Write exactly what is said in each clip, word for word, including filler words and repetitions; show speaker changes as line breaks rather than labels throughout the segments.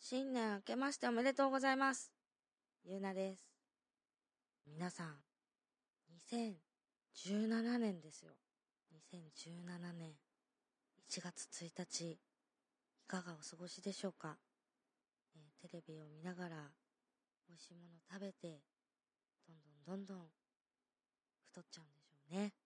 新年明けましておめでとうございます。ゆうなです。皆さん、にせんじゅうななねんですよ。にせんじゅうななねんいちがつついたち、いかがお過ごしでしょうか。えー、テレビを見ながら美味しいものを食べて、どんどんどんどん太っちゃうんでしょうね。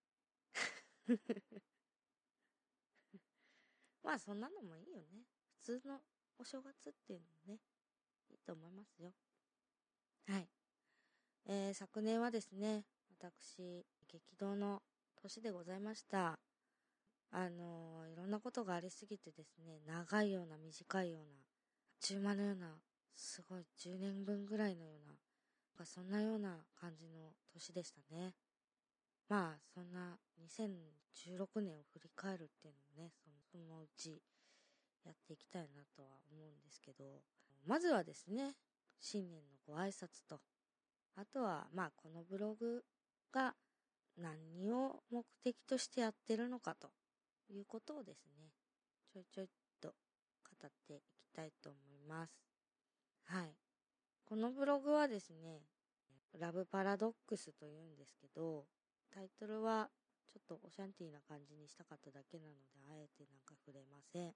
まあそんなのもいいよね。普通のお正月っていうのもね、いいと思いますよ。はい。えー、昨年はですね、私、激動の年でございました。あのー、いろんなことがありすぎてですね、長いような短いような、あっちゅう間のような、すごいじゅうねんぶんぐらいのような、そんなような感じの年でしたね。まあ、そんなにせんじゅうろくねんを振り返るっていうのもね、そのそのうちやっていきたいなとは思うんですけど、まずはですね、新年のご挨拶と、あとは、まあ、このブログが何を目的としてやってるのかということをですね、ちょいちょいと語っていきたいと思います。はい。このブログはですね、ラブパラドックスというんですけど、タイトルはちょっとオシャンティーな感じにしたかっただけなので、あえてなんか触れません。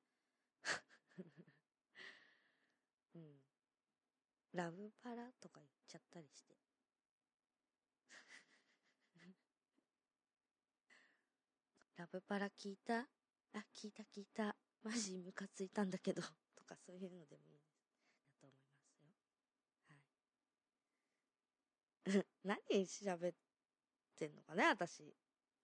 うん。ラブパラとか言っちゃったりして。ラブパラ聞いた？あ、聞いた聞いた。マジムカついたんだけど。とかそういうのでもいいだと思いますよ。はい。何喋ってんのかね、私。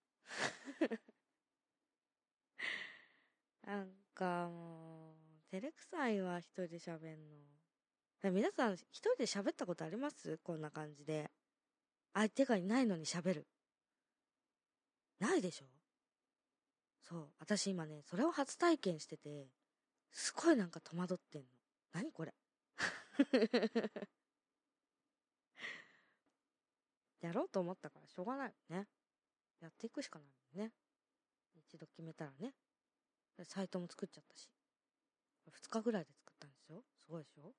なんかもう、照れくさいわ、一人で喋んの。皆さん、一人で喋ったことあります？こんな感じで。相手がいないのに喋る。ないでしょ？そう。私今ね、それを初体験してて、すごいなんか戸惑ってんの。何これ。やろうと思ったからしょうがないよね。やっていくしかないもんね。一度決めたらね。サイトも作っちゃったし。ふつかぐらいで作ったんですよ。すごいでしょ？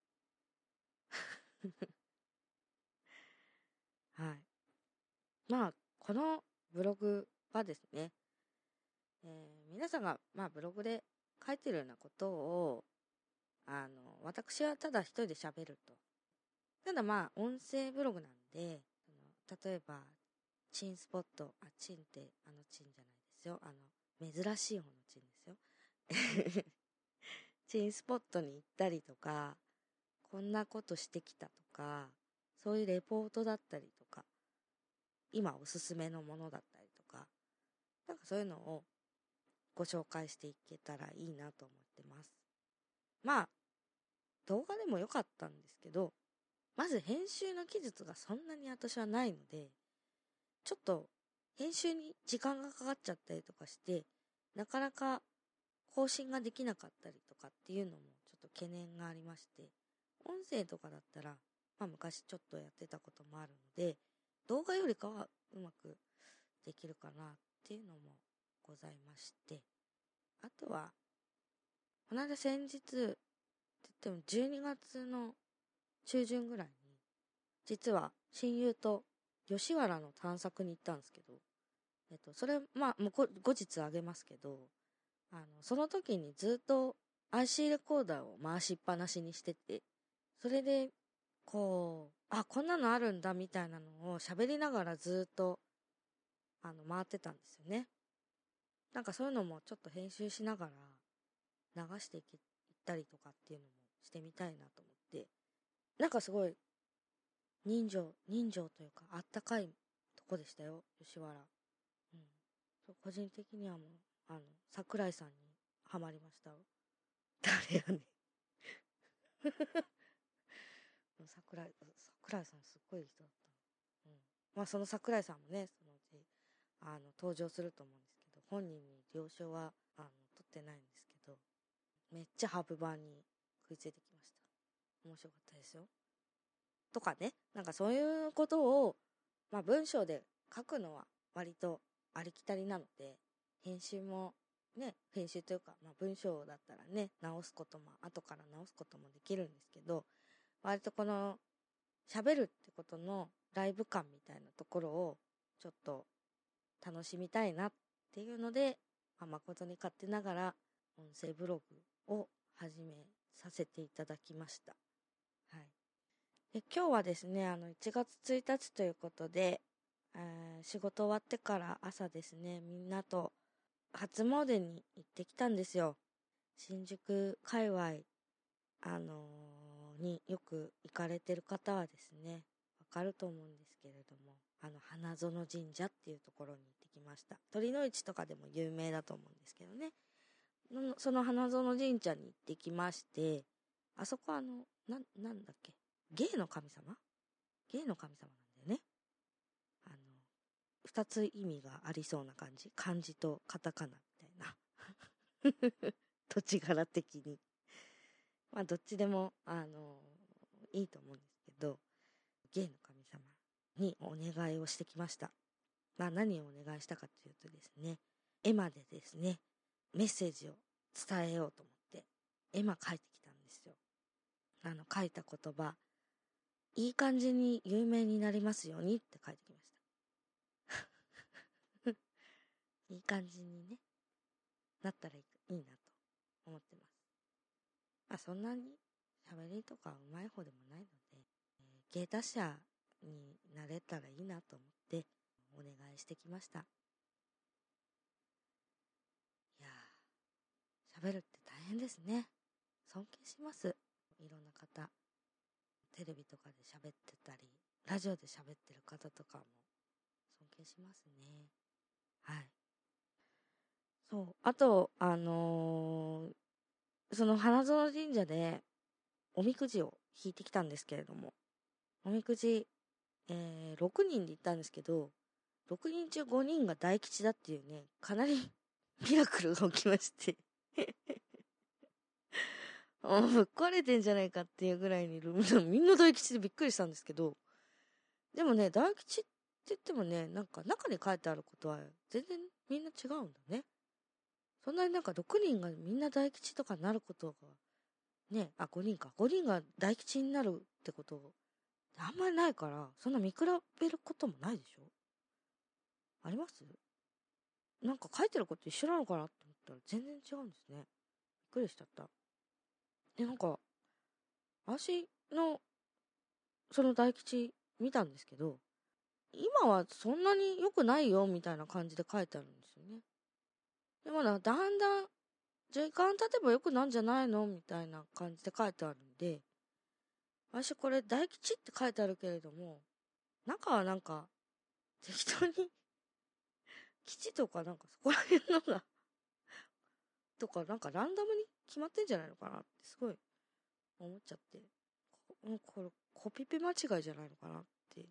はい。まあ、このブログはですね、えー、皆さんが、まあ、ブログで書いてるようなことを、あの、私はただ一人で喋ると。ただまあ、音声ブログなんで、その例えば、チンスポット、あ、チンってあのチンじゃないですよ。あの、珍しい方のチンですよ。チンスポットに行ったりとか、こんなことしてきたとか、そういうレポートだったりとか、今おすすめのものだったりとか、なんかそういうのをご紹介していけたらいいなと思ってます。まあ、動画でもよかったんですけど、まず編集の技術がそんなに私はないので、ちょっと編集に時間がかかっちゃったりとかして、なかなか更新ができなかったりとかっていうのもちょっと懸念がありまして、音声とかだったら、まあ昔ちょっとやってたこともあるので、動画よりかはうまくできるかなっていうのもございまして、あとは、この間先日、って言ってもじゅうにがつの中旬ぐらいに、実は親友と吉原の探索に行ったんですけど、えっと、それ、まあ、もう後日あげますけど、あの、その時にずっと アイシー レコーダーを回しっぱなしにしてて、それで、こう、あ、こんなのあるんだみたいなのを喋りながらずっと、あの、回ってたんですよね。なんかそういうのもちょっと編集しながら流していったりとかっていうのもしてみたいなと思って、なんかすごい人情、人情というかあったかいとこでしたよ、吉原。うん。個人的にはもう、あの、桜井さんにハマりましたよ。誰やねん。桜井、桜井さんすっごいいい人だった。うん。まあその桜井さんもね、そのうち、あの、登場すると思うんですけど、本人に了承は、あの、取ってないんですけど、めっちゃハブ版に食いついてきました。面白かったですよ。とかね、なんかそういうことを、まあ文章で書くのは割とありきたりなので、編集もね、編集というか、まあ、文章だったらね、直すことも、後から直すこともできるんですけど、割とこの、喋るってことのライブ感みたいなところを、ちょっと楽しみたいなっていうので、まあ、誠に勝手ながら、音声ブログを始めさせていただきました。はい。で、今日はですね、あの、いちがつついたちということで、えー仕事終わってから朝ですね、みんなと初詣に行ってきたんですよ。新宿界隈、あのーによく行かれてる方はですね、わかると思うんですけれども、あの、花園神社っていうところに行ってきました。鳥の市とかでも有名だと思うんですけどね。のその花園神社に行ってきまして、あそこあの、な、なんだっけ、芸の神様芸の神様なんだよね。あの、二つ意味がありそうな感じ。漢字とカタカナみたいな。土地柄的に。まあ、どっちでも、あのいいと思うんですけど、芸の神様にお願いをしてきました。まあ、何をお願いしたかというとですね、絵馬でですね、メッセージを伝えようと思って、絵馬書いてきたんですよ。あの、書いた言葉、いい感じに有名になりますようにって書いてきました。いい感じにね、なったらいいなと思ってます。まあ、そんなに喋りとかうまい方でもないので、えー芸達者になれたらいいなと思ってお願いしてきました。いやー、喋るって大変ですね。尊敬します。いろんな方、テレビとかで喋ってたり、ラジオで喋ってる方とかも尊敬しますね。はい。そう。あと、あのーその花園神社でおみくじを引いてきたんですけれども、おみくじ、えー、ろくにんで行ったんですけど、ろくにん中ごにんが大吉だっていうね、かなりミラクルが起きましてあ、ぶっ壊れてんじゃないかっていうぐらいに、みんな大吉でびっくりしたんですけど、でもね、大吉って言ってもね、なんか中に書いてあることは全然みんな違うんだね。そんなになんかろくにんがみんな大吉とかなることが、ね、あ、ごにんか。ごにんが大吉になるってことあんまりないから、そんな見比べることもないでしょ？あります？なんか書いてること一緒なのかなって思ったら全然違うんですね。びっくりしちゃった。で、なんか、私のその大吉見たんですけど、今はそんなに良くないよみたいな感じで書いてあるんですよね。でもだ、だんだん時間経てば良くなんじゃないのみたいな感じで書いてあるんで、私これ大吉って書いてあるけれども、中はなんか適当に吉とかなんかそこら辺のがとかなんかランダムに決まってんじゃないのかなってすごい思っちゃって、ここれコピペ間違いじゃないのかなって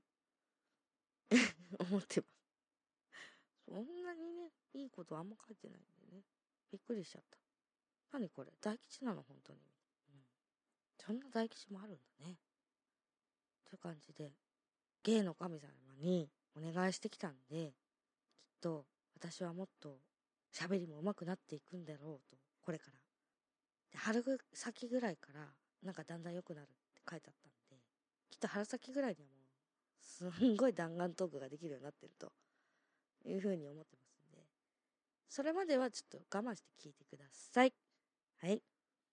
思ってます。そんなにね、いいことあんま書いてないんでね。びっくりしちゃった。何これ大吉なの本当に。うん。そんな大吉もあるんだね。という感じで、芸の神様にお願いしてきたんで、きっと私はもっと喋りも上手くなっていくんだろうと、これから。で、春先ぐらいからなんかだんだん良くなるって書いてあったんで、きっと春先ぐらいにはもう、すんごい弾丸トークができるようになってるというふうに思ってますんで、それまではちょっと我慢して聞いてください。はい。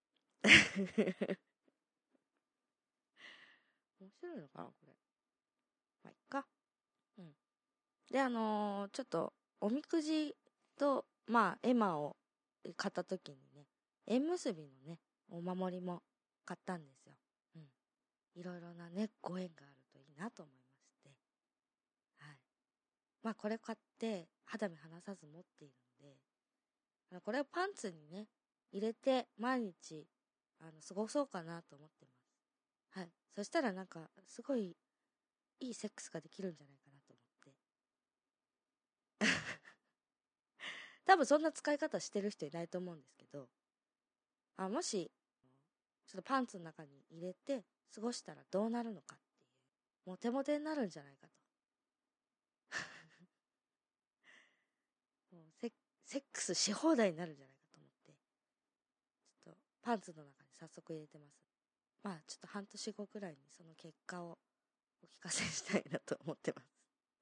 面白いのかなこれ。まあ、いっか。うん。で、あのーちょっと、おみくじと、まあ、絵馬を買った時にね、縁結びのね、お守りも買ったんですよ。うん。いろいろなね、ご縁があるといいなと思いまして。はい。まあ、これ買って、肌身離さず持っているので、あのこれをパンツにね、入れて、毎日、あの、過ごそうかなと思ってます。はい。そしたらなんか、すごい、いいセックスができるんじゃないかなと思って。多分そんな使い方してる人いないと思うんですけど、あ、もし、ちょっとパンツの中に入れて過ごしたらどうなるのかっていう、モテモテになるんじゃないかと。もうセセックスし放題になるんじゃないかと思って、ちょっとパンツの中に早速入れてます。まあちょっと半年後くらいにその結果をお聞かせしたいなと思ってます。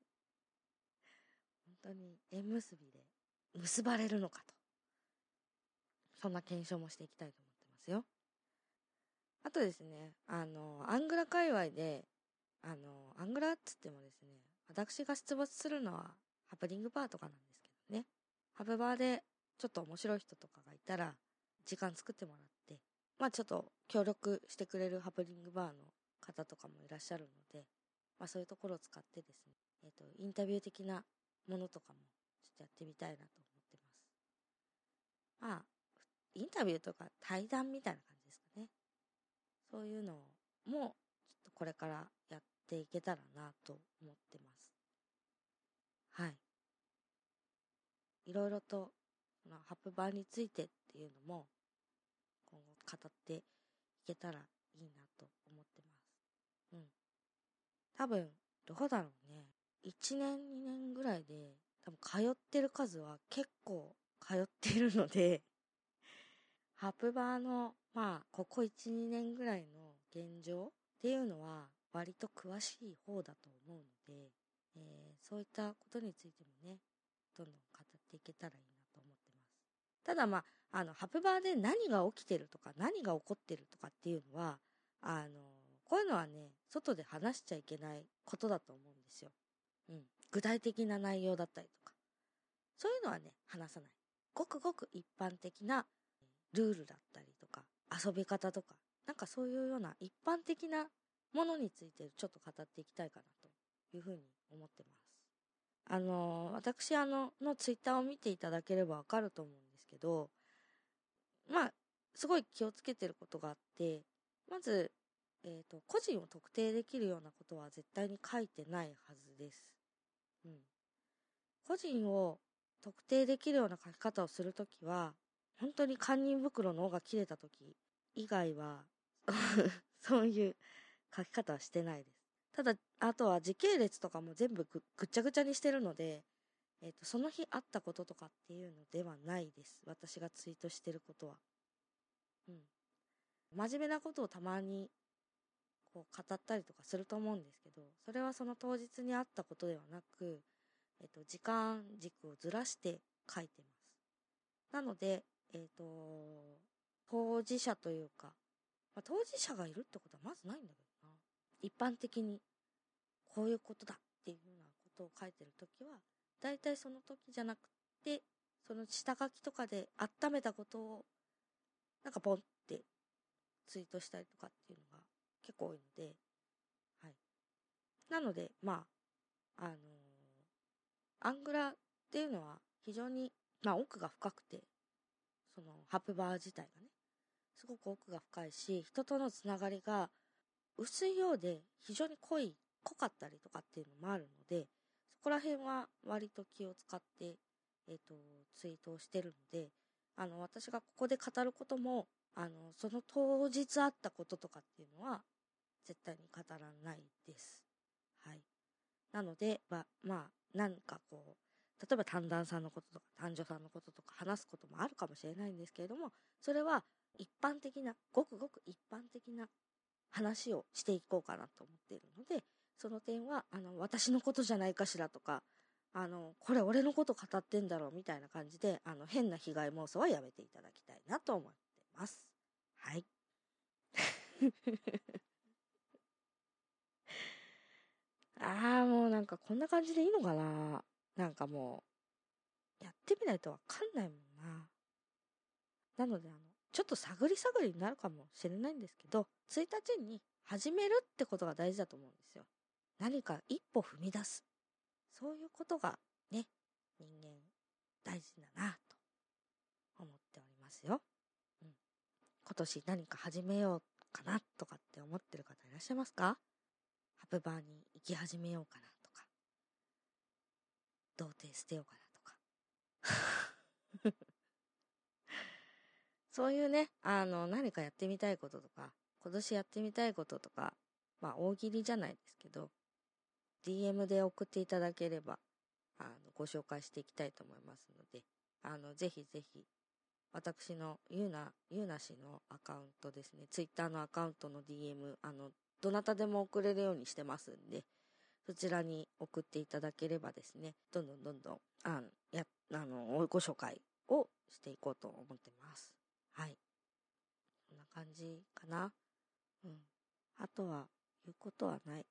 本当に縁結びで結ばれるのかと、そんな検証もしていきたいと思ってますよ。あとですね、あのアングラ界隈で、あのアングラっつってもですね、私が出没するのはハプニングバーとかなんですけどね、ハプバーでちょっと面白い人とかがいたら時間作ってもらって、まあちょっと協力してくれるハプニングバーの方とかもいらっしゃるので、まあそういうところを使ってですね、えっと、インタビュー的なものとかもちょっとやってみたいなと思ってます。まあ、インタビューとか対談みたいな感じですかね。そういうのもちょっとこれからやっていけたらなと思ってます。はい。いろいろとそのハプバーについてっていうのも今後語っていけたらいいなと思ってます。うん。多分どうだろうね。いちねんにねんぐらいで多分通ってる数は結構通ってるのでハプバーのまあここいち、にねんぐらいの現状っていうのは割と詳しい方だと思うので、えー、そういったことについてもね、どんどん語っていけたらいいなと思ってます。ただまあ、あの、ハプバーで何が起きてるとか何が起こってるとかっていうのは、あの、こういうのはね、外で話しちゃいけないことだと思うんですよ。うん。具体的な内容だったりとか。そういうのはね、話さない。ごくごく一般的なルールだったりとか、遊び方とか、なんかそういうような一般的なものについてちょっと語っていきたいかなというふうに思ってます。あの、私あの、のツイッターを見ていただければわかると思うんですけど、まあ、すごい気をつけてることがあって、まず、えっと、個人を特定できるようなことは絶対に書いてないはずです。うん。個人を特定できるような書き方をするときは、本当に堪忍袋の緒が切れたとき以外はそういう書き方はしてないです。ただ、あとは時系列とかも全部ぐぐっちゃぐちゃにしてるので、えっと、その日あったこととかっていうのではないです。私がツイートしてることは。うん。真面目なことをたまにこう語ったりとかすると思うんですけど、それはその当日にあったことではなく、えっと、時間軸をずらして書いてます。なので、えっと、当事者というか、まあ、当事者がいるってことはまずないんだけどな。一般的にこういうことだっていうようなことを書いてるときは、だいたいその時じゃなくて、その下書きとかで温めたことを、なんかポンってツイートしたりとかっていうのが結構多いので、はい。なので、まあ、あのーアングラっていうのは非常に、まあ、奥が深くて、そのハプバー自体がね、すごく奥が深いし、人とのつながりが薄いようで非常に濃い、濃かったりとかっていうのもあるので、そこら辺は割と気を使って、えっと、ツイートをしてるので、あの、私がここで語ることも、あの、その当日あったこととかっていうのは、絶対に語らないです。はい。なので、ま、まあ、なんかこう、例えば短談さんのこととか、男女さんのこととか話すこともあるかもしれないんですけれども、それは一般的な、ごくごく一般的な話をしていこうかなと思っているので、その点は、あの、私のことじゃないかしらとか、あの、これ俺のこと語ってんだろうみたいな感じで、あの、変な被害妄想はやめていただきたいなと思ってます。はい。ああ、もうなんかこんな感じでいいのかな。なんかもう、やってみないとわかんないもんな。なので、あの、ちょっと探り探りになるかもしれないんですけど、ついたちに始めるってことが大事だと思うんですよ。何か一歩踏み出す。そういうことがね、人間大事だなと思っておりますよ。うん。今年何か始めようかなとかって思ってる方いらっしゃいますか？ハプバーに行き始めようかなとか、童貞捨てようかなとか。そういうね、あの、何かやってみたいこととか、今年やってみたいこととか、まあ大喜利じゃないですけど、ディーエム で送っていただければ、あの、ご紹介していきたいと思いますので、 あの、ぜひぜひ、私のゆうな、ゆうな氏のアカウントですね、ツイッターのアカウントの ディーエム、あの、どなたでも送れるようにしてますんで、そちらに送っていただければですね、どんどんどんどん、あの、や、あの、ご紹介をしていこうと思ってます。はい。こんな感じかな。うん。あとは、言うことはない。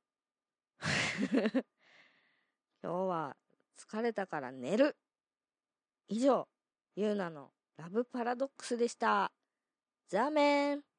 今日は疲れたから寝る。以上、ゆうなのラブパラドックスでした。ザーメン。